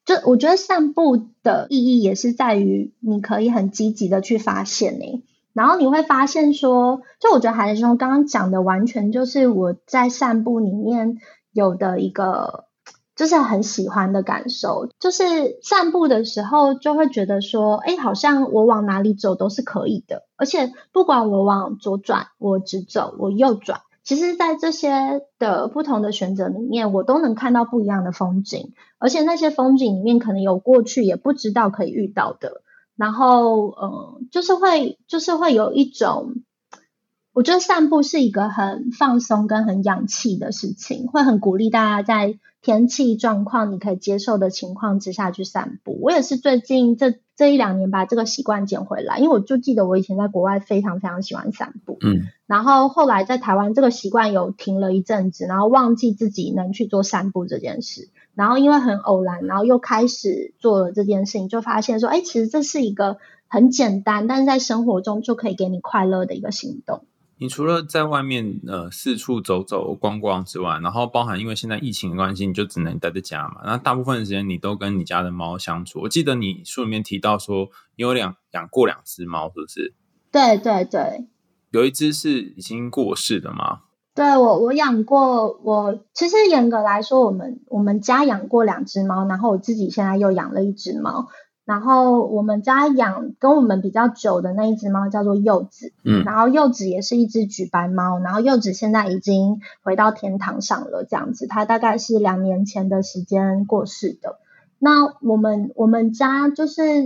就我觉得散步的意义也是在于你可以很积极的去发现欸，然后你会发现说，就我觉得海豚刚刚讲的完全就是我在散步里面有的一个就是很喜欢的感受，就是散步的时候就会觉得说，哎，好像我往哪里走都是可以的，而且不管我往左转，我直走，我右转，其实在这些的不同的选择里面，我都能看到不一样的风景，而且那些风景里面可能有过去也不知道可以遇到的，然后呃，就是会就是会有一种，我觉得散步是一个很放松跟很养气的事情，会很鼓励大家在天气状况你可以接受的情况之下去散步。我也是最近这这一两年把这个习惯捡回来，因为我就记得我以前在国外非常非常喜欢散步， 嗯， 然后后来在台湾这个习惯有停了一阵子，然后忘记自己能去做散步这件事，然后因为很偶然，然后又开始做了这件事情，就发现说，哎，其实这是一个很简单，但是在生活中就可以给你快乐的一个行动。 你除了在外面呃四处走走逛逛之外，然后包含因为现在疫情的关系，你就只能待在家嘛，那大部分的时间你都跟你家的猫相处。我记得你书里面提到说你有两养过两只猫，是不是？ 对对对， 有一只是已经过世的吗？ 对，我我养过，我其实严格来说，我们我们家养过两只猫，然后我自己现在又养了一只猫。然后我们家养跟我们比较久的那一只猫叫做柚子，嗯，然后柚子也是一只橘白猫，然后柚子现在已经回到天堂上了，这样子，它大概是两年前的时间过世的。那我们我们家就是，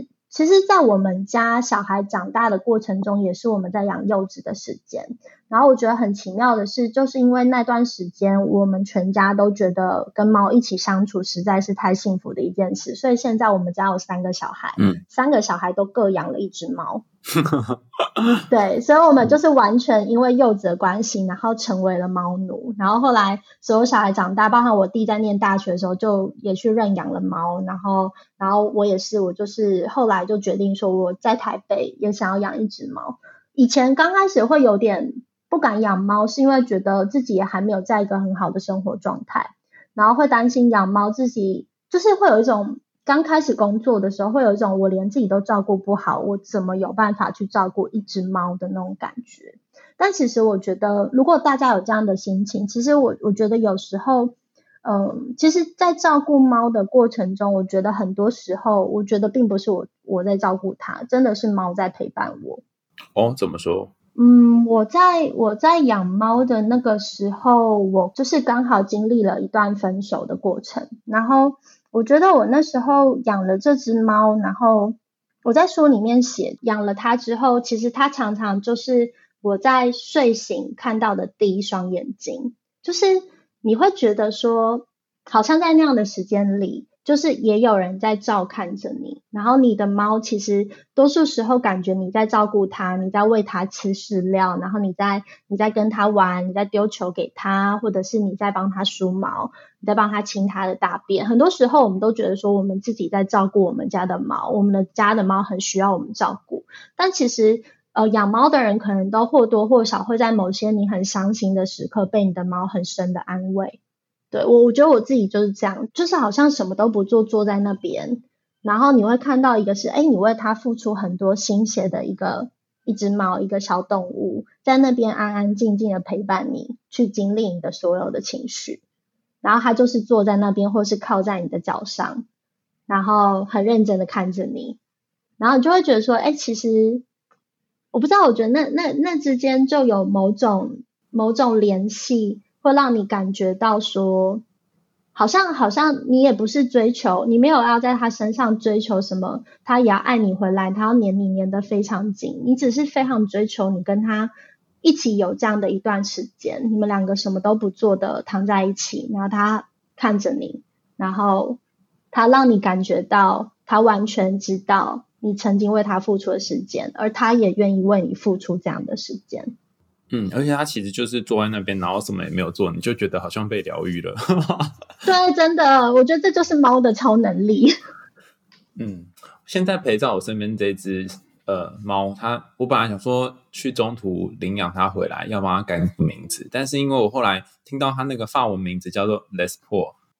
其实在我们家小孩长大的过程中，也是我们在养柚子的时间。然后我觉得很奇妙的是，就是因为那段时间我们全家都觉得跟猫一起相处实在是太幸福的一件事，所以现在我们家有三个小孩，嗯，三个小孩都各养了一只猫。对，所以我们就是完全因为柚子的关系，然后成为了猫奴。然后后来所有小孩长大，包含我弟在念大学的时候，就也去认养了猫。然后，然后我也是，我就是后来就决定说，我在台北也想要养一只猫。以前刚开始会有点不敢养猫，是因为觉得自己也还没有在一个很好的生活状态，然后会担心养猫自己就是会有一种刚开始工作的时候会有一种我连自己都照顾不好，我怎么有办法去照顾一只猫的那种感觉。但其实我觉得如果大家有这样的心情，其实我我觉得有时候嗯，其实在照顾猫的过程中，我觉得很多时候我觉得并不是我我在照顾它，真的是猫在陪伴我。 哦，怎么说？ 嗯，我在我在养猫的那个时候，我就是刚好经历了一段分手的过程，然后我觉得我那时候养了这只猫，然后我在书里面写，养了它之后，其实它常常就是我在睡醒看到的第一双眼睛，就是你会觉得说，好像在那样的时间里，就是也有人在照看着你，然后你的猫其实多数时候感觉你在照顾它，你在喂它吃饲料，然后你在你在跟它玩，你在丢球给它，或者是你在帮它梳毛，你在帮它清它的大便。很多时候我们都觉得说我们自己在照顾我们家的猫，我们的家的猫很需要我们照顾，但其实呃，养猫的人可能都或多或少会在某些你很伤心的时刻被你的猫很深的安慰。对，我我觉得我自己就是这样，就是好像什么都不做，坐在那边，然后你会看到一个是，哎，你为它付出很多心血的一个一只猫，一个小动物，在那边安安静静的陪伴你，去经历你的所有的情绪，然后它就是坐在那边，或是靠在你的脚上，然后很认真的看着你，然后你就会觉得说，哎，其实我不知道，我觉得那那那之间就有某种某种联系。会让你感觉到说，好像好像你也不是追求，你没有要在他身上追求什么，他也要爱你回来，他要黏你黏得非常紧，你只是非常追求你跟他一起有这样的一段时间，你们两个什么都不做的躺在一起，然后他看着你，然后他让你感觉到他完全知道你曾经为他付出的时间，而他也愿意为你付出这样的时间。 嗯，而且他其实就是坐在那边，然后什么也没有做，你就觉得好像被疗愈了。 对，真的，我觉得这就是猫的超能力。 嗯，现在陪在我身边这只呃猫，它我本来想说去中途领养它回来，要帮它改名字，但是因为我后来听到它那个法文名字叫做 Les Paul，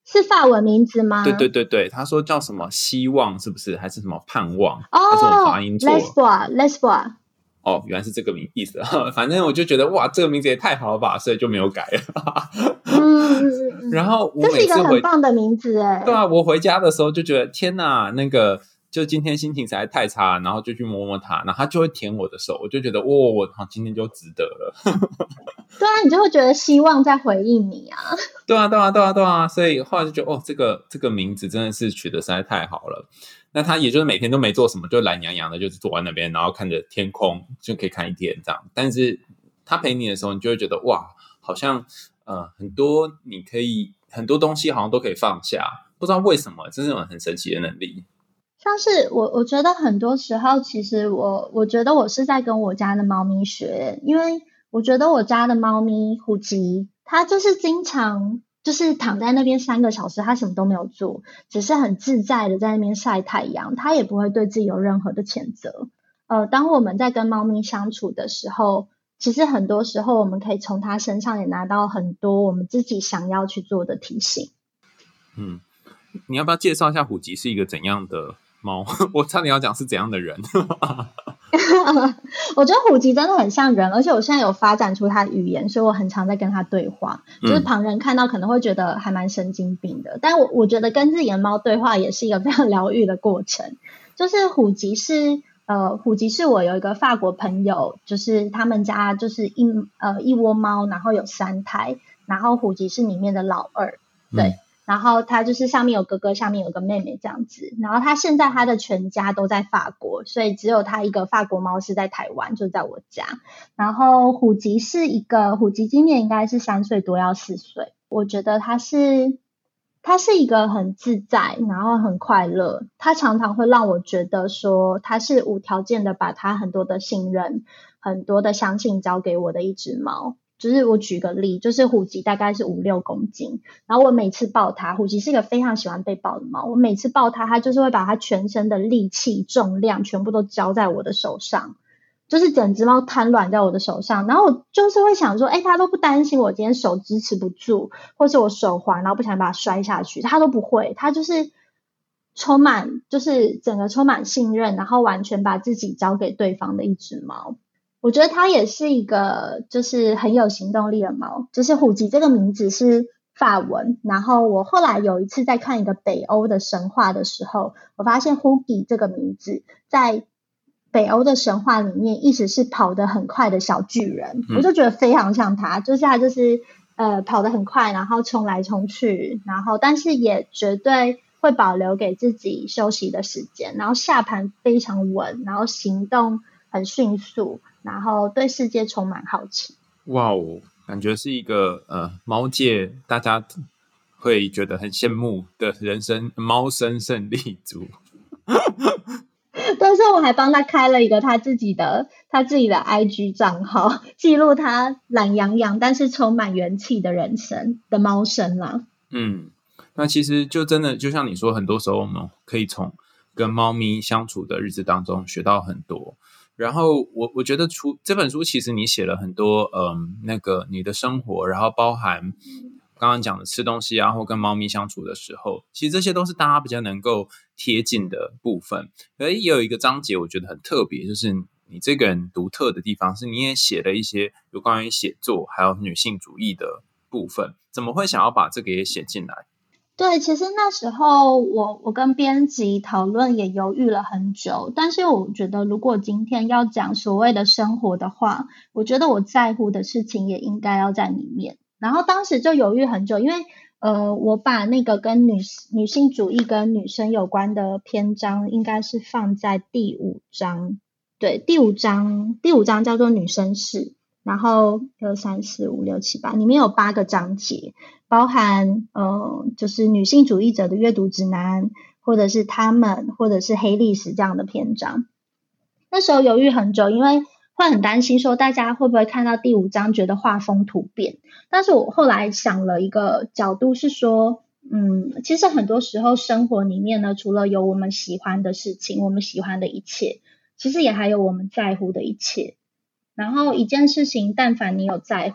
是法文名字吗？ 对对对对，他说叫什么希望是不是，还是什么盼望？ 哦， 还是我发音错了 Lesbois Lesbois。 哦，原来是这个名意思。反正我就觉得哇，这个名字也太好了吧，所以就没有改了。 嗯， 然后我这是一个每次回很棒的名字哎。 对啊，我回家的时候就觉得天哪，那个就今天心情实在太差，然后就去摸摸它，然后它就会舔我的手，我就觉得哇，我今天就值得了。 对啊，你就会觉得希望在回应你啊。 对啊，对啊，对啊，对啊，所以后来就觉得哦，这个这个名字真的是取得实在太好了。那他也就是每天都没做什么，就懒洋洋的，就是坐在那边，然后看着天空就可以看一天这样。但是他陪你的时候，你就会觉得哇，好像呃很多你可以很多东西好像都可以放下，不知道为什么，这是一种很神奇的能力。 像是我，我觉得很多时候，其实我我觉得我是在跟我家的猫咪学，因为我觉得我家的猫咪虎吉，它就是经常就是躺在那边三个小时，它什么都没有做，只是很自在的在那边晒太阳，它也不会对自己有任何的谴责。呃，当我们在跟猫咪相处的时候，其实很多时候我们可以从它身上也拿到很多我们自己想要去做的提醒。 嗯，你要不要介绍一下虎吉是一个怎样的猫？我差点要讲是怎样的人。 我觉得虎吉真的很像人，而且我现在有发展出他的语言，所以我很常在跟他对话。就是旁人看到可能会觉得还蛮神经病的，但我我觉得跟自己的猫对话也是一个非常疗愈的过程。就是虎吉是呃，虎吉是我有一个法国朋友，就是他们家就是一呃一窝猫，然后有三胎，然后虎吉是里面的老二，对。嗯，然后他就是上面有哥哥，下面有个妹妹这样子。然后他现在他的全家都在法国，所以只有他一个法国猫是在台湾，就在我家。然后虎吉是一个，虎吉今年应该是三岁多要四岁。我觉得他是他是一个很自在，然后很快乐。他常常会让我觉得说，他是无条件的把他很多的信任、很多的相信交给我的一只猫。就是我举个例，就是虎吉大概是五六公斤，然后我每次抱它，虎吉是一个非常喜欢被抱的猫，我每次抱它，它就是会把它全身的力气、重量全部都交在我的手上，就是整只猫瘫软在我的手上，然后我就是会想说，哎，它都不担心我今天手支持不住，或是我手滑，然后不想把它摔下去，它都不会，它就是充满，就是整个充满信任，然后完全把自己交给对方的一只猫。我觉得它也是一个就是很有行动力的猫，就是虎吉这个名字是法文，然后我后来有一次在看一个北欧的神话的时候，我发现 Hugi 这个名字在北欧的神话里面一直是跑得很快的小巨人，嗯，我就觉得非常像他，就是他就是呃跑得很快，然后冲来冲去，然后但是也绝对会保留给自己休息的时间，然后下盘非常稳，然后行动很迅速，然后对世界充满好奇。 哇哦，感觉是一个呃猫界大家会觉得很羡慕的人生猫生胜利组。 但是我还帮他开了一个他自己的他自己的 I G 账号，记录他懒洋洋但是充满元气的人生的猫生啦。 嗯，那其实就真的就像你说，很多时候我们可以从跟猫咪相处的日子当中学到很多。然后我我觉得出这本书其实你写了很多嗯那个你的生活，然后包含刚刚讲的吃东西啊，或跟猫咪相处的时候，其实这些都是大家比较能够贴近的部分。而也有一个章节我觉得很特别，就是你这个人独特的地方是你也写了一些有关于写作还有女性主义的部分，怎么会想要把这个也写进来？ 对，其实那时候我我跟编辑讨论也犹豫了很久，但是我觉得如果今天要讲所谓的生活的话，我觉得我在乎的事情也应该要在里面。然后当时就犹豫很久，因为呃，我把那个跟女女性主义跟女生有关的篇章应该是放在第五章，对，第五章第五章叫做女生史。然后二三四五六七八里面有八个章节，包含呃就是女性主义者的阅读指南，或者是他们，或者是黑历史这样的篇章。那时候犹豫很久，因为会很担心说大家会不会看到第五章觉得画风突变，但是我后来想了一个角度是说，嗯，其实很多时候生活里面呢，除了有我们喜欢的事情，我们喜欢的一切，其实也还有我们在乎的一切。然后一件事情但凡你有在乎，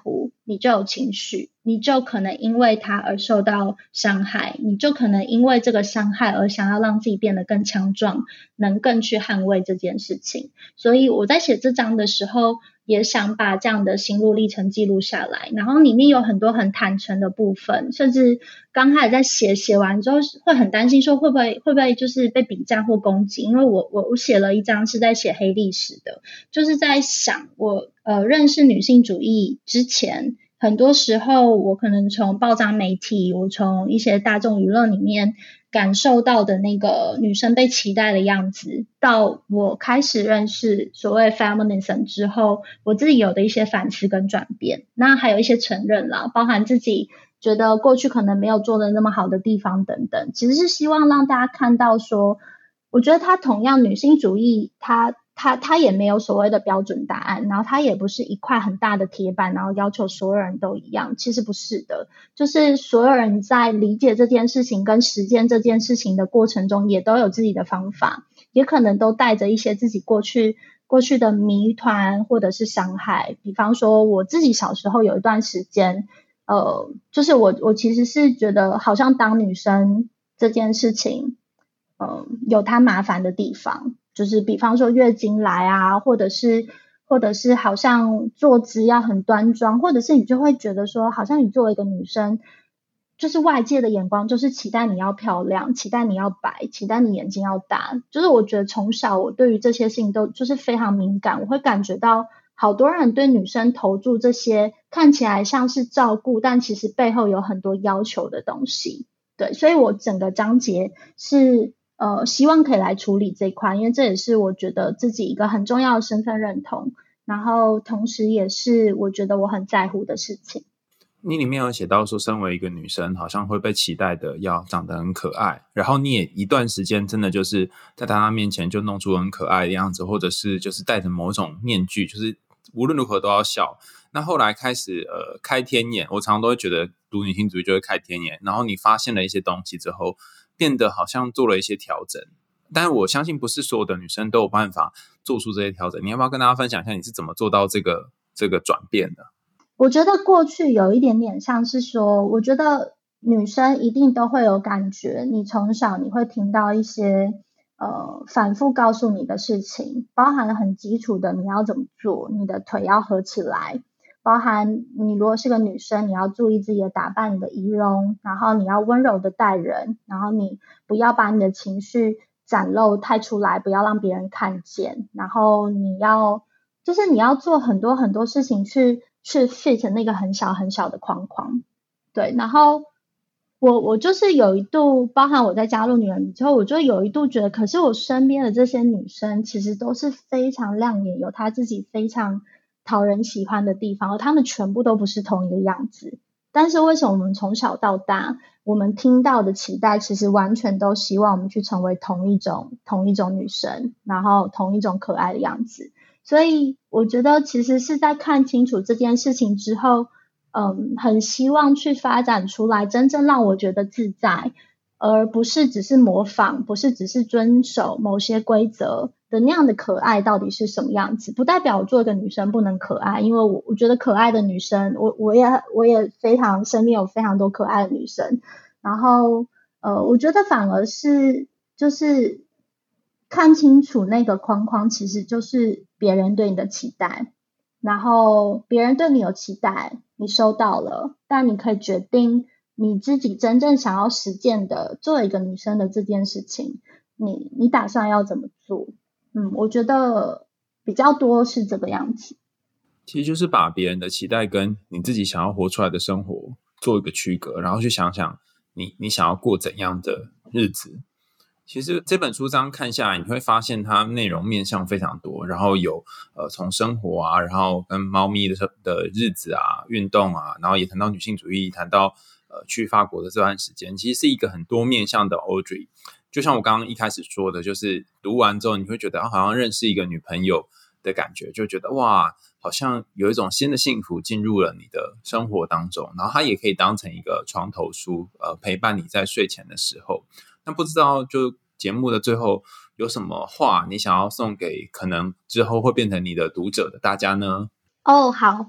你就有情绪，你就可能因为它而受到伤害，你就可能因为这个伤害而想要让自己变得更强壮，能更去捍卫这件事情。所以我在写这章的时候也想把这样的心路历程记录下来，然后里面有很多很坦诚的部分，甚至刚开始在写写完之后会很担心说会不会会不会就是被比战或攻击，因为我我我写了一章是在写黑历史的，就是在想我呃认识女性主义之前，很多时候我可能从报章媒体，我从一些大众舆论里面感受到的那个女生被期待的样子，到我开始认识所谓 feminism 之后，我自己有的一些反思跟转变，那还有一些承认啦，包含自己觉得过去可能没有做的那么好的地方等等，其实是希望让大家看到说，我觉得它同样女性主义它它它也没有所谓的标准答案，然后它也不是一块很大的铁板，然后要求所有人都一样，其实不是的，就是所有人在理解这件事情跟实践这件事情的过程中，也都有自己的方法，也可能都带着一些自己过去过去的谜团或者是伤害。比方说我自己小时候有一段时间，呃，就是我我其实是觉得好像当女生这件事情，呃，有它麻烦的地方。就是比方说月经来啊，或者是或者是好像坐姿要很端庄，或者是你就会觉得说好像你作为一个女生，就是外界的眼光就是期待你要漂亮，期待你要白，期待你眼睛要大，就是我觉得从小我对于这些事情都就是非常敏感，我会感觉到好多人对女生投注这些看起来像是照顾，但其实背后有很多要求的东西。对，所以我整个章节是呃，希望可以来处理这一块，因为这也是我觉得自己一个很重要的身份认同，然后同时也是我觉得我很在乎的事情。 你里面有写到说，身为一个女生，好像会被期待的要长得很可爱，然后你也一段时间真的就是在大家面前就弄出很可爱的样子，或者是就是戴着某种面具，就是无论如何都要笑。那后来开始呃开天眼，我常常都会觉得读女性主义就会开天眼，然后你发现了一些东西之后，变得好像做了一些调整。但是我相信不是所有的女生都有办法做出这些调整，你要不要跟大家分享一下你是怎么做到这个这个转变的？ 我觉得过去有一点点像是说，我觉得女生一定都会有感觉，你从小你会听到一些呃反复告诉你的事情，包含了很基础的你要怎么做，你的腿要合起来，包含你如果是个女生，你要注意自己的打扮，你的仪容，然后你要温柔的待人，然后你不要把你的情绪展露太出来，不要让别人看见，然后你要就是你要做很多很多事情去去 fit 那个很小很小的框框。对，然后我我就是有一度，包含我在加入女人之后，我就有一度觉得，可是我身边的这些女生其实都是非常亮眼，有她自己非常讨人喜欢的地方，而她们全部都不是同一个样子。但是为什么我们从小到大，我们听到的期待其实完全都希望我们去成为同一种同一种女生，然后同一种可爱的样子。所以我觉得其实是在看清楚这件事情之后，嗯，很希望去发展出来真正让我觉得自在，而不是只是模仿，不是只是遵守某些规则的那样的可爱到底是什么样子。不代表我做一个女生不能可爱，因为我我觉得可爱的女生，我我也我也非常身边有非常多可爱的女生，然后呃，我觉得反而是就是看清楚那个框框，其实就是别人对你的期待，然后别人对你有期待，你收到了，但你可以决定你自己真正想要实践的作为一个女生的这件事情，你你打算要怎么做？嗯，我觉得比较多是这个样子。 其实就是把别人的期待跟你自己想要活出来的生活做一个区隔，然后去想想你你想要过怎样的日子。其实这本书这样看下来，你会发现它内容面向非常多，然后有呃从生活啊，然后跟猫咪的的日子啊，运动啊，然后也谈到女性主义，谈到呃去法国的这段时间，其实是一个很多面向的 Audrey。就像我刚刚一开始说的，就是读完之后你会觉得、啊、好像认识一个女朋友的感觉，就觉得哇，好像有一种新的幸福进入了你的生活当中，然后它也可以当成一个床头书，呃，陪伴你在睡前的时候。那不知道就节目的最后有什么话你想要送给可能之后会变成你的读者的大家呢？ 哦，好，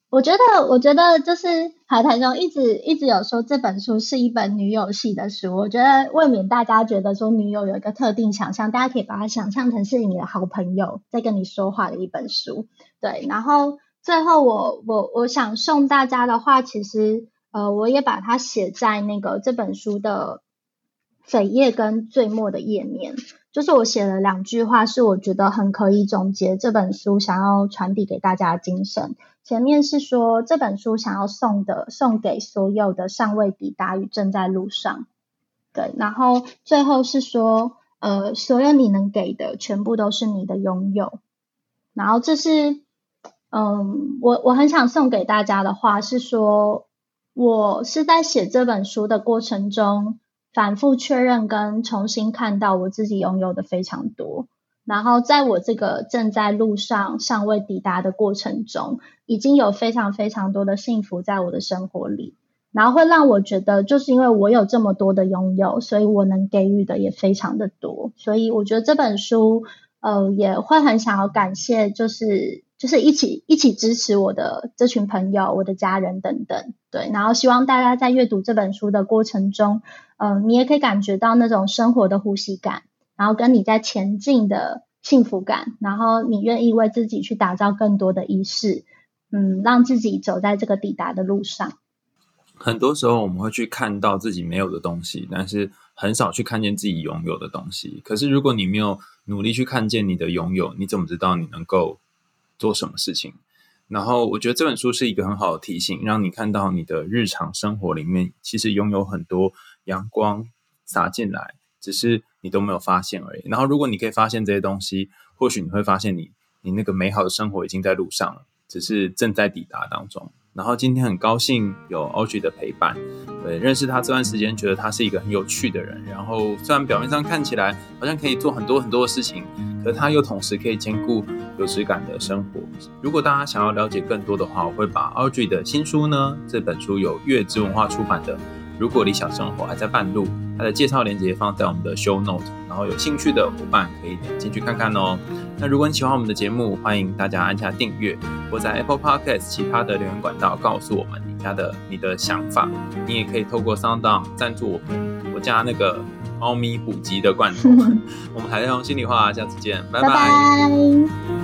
我觉得，我觉得就是海苔兄一直一直有说这本书是一本女友系的书。我觉得未免大家觉得说女友有一个特定想象，大家可以把它想象成是你的好朋友在跟你说话的一本书。对，然后最后我我我想送大家的话，其实呃我也把它写在那个这本书的扉页跟最末的页面。就是我写了两句话，是我觉得很可以总结这本书想要传递给大家的精神。前面是说这本书想要送的送给所有的尚未抵达与正在路上，对，然后最后是说呃，所有你能给的全部都是你的拥有。然后这是嗯，我我很想送给大家的话是说，我是在写这本书的过程中反复确认跟重新看到我自己拥有的非常多，然后在我这个正在路上尚未抵达的过程中，已经有非常非常多的幸福在我的生活里，然后会让我觉得就是因为我有这么多的拥有，所以我能给予的也非常的多。所以我觉得这本书呃也会很想要感谢就是就是一起一起支持我的这群朋友，我的家人等等。对，然后希望大家在阅读这本书的过程中呃你也可以感觉到那种生活的呼吸感，然后跟你在前进的幸福感，然后你愿意为自己去打造更多的仪式，嗯，让自己走在这个抵达的路上。 很多时候我们会去看到自己没有的东西，但是很少去看见自己拥有的东西。可是如果你没有努力去看见你的拥有，你怎么知道你能够做什么事情？然后我觉得这本书是一个很好的提醒，让你看到你的日常生活里面其实拥有很多阳光洒进来，只是你都没有发现而已。然后如果你可以发现这些东西，或许你会发现你你那个美好的生活已经在路上了，只是正在抵达当中。然后今天很高兴有 Audrey 的陪伴，对，认识他这段时间觉得他是一个很有趣的人，然后虽然表面上看起来好像可以做很多很多的事情，可是他又同时可以兼顾有质感的生活。如果大家想要了解更多的话，我会把 Audrey 的新书呢，这本书有月之文化出版的如果理想生活还在半路，它的介绍链接放在我们的 show note， 然后有兴趣的伙伴可以点进去看看哦。那如果你喜欢我们的节目，欢迎大家按下订阅，或在 Apple Podcast 其他的留言管道告诉我们你家的你的想法。你也可以透过 SoundOn 赞助我们，我加那个猫咪补给的罐头。我们还是用心里话，下次见，拜拜。 拜拜。